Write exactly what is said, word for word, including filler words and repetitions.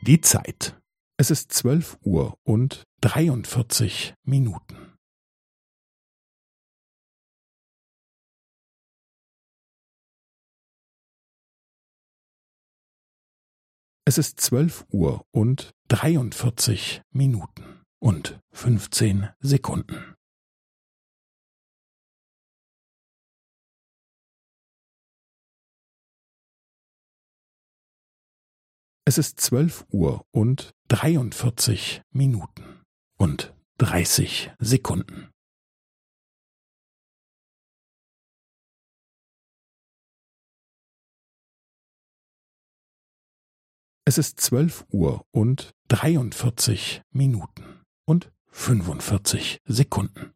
Die Zeit. Es ist zwölf Uhr und dreiundvierzig Minuten. Es ist zwölf Uhr und dreiundvierzig Minuten und fünfzehn Sekunden. Es ist zwölf Uhr und dreiundvierzig Minuten und dreißig Sekunden. Es ist zwölf Uhr und dreiundvierzig Minuten und fünfundvierzig Sekunden.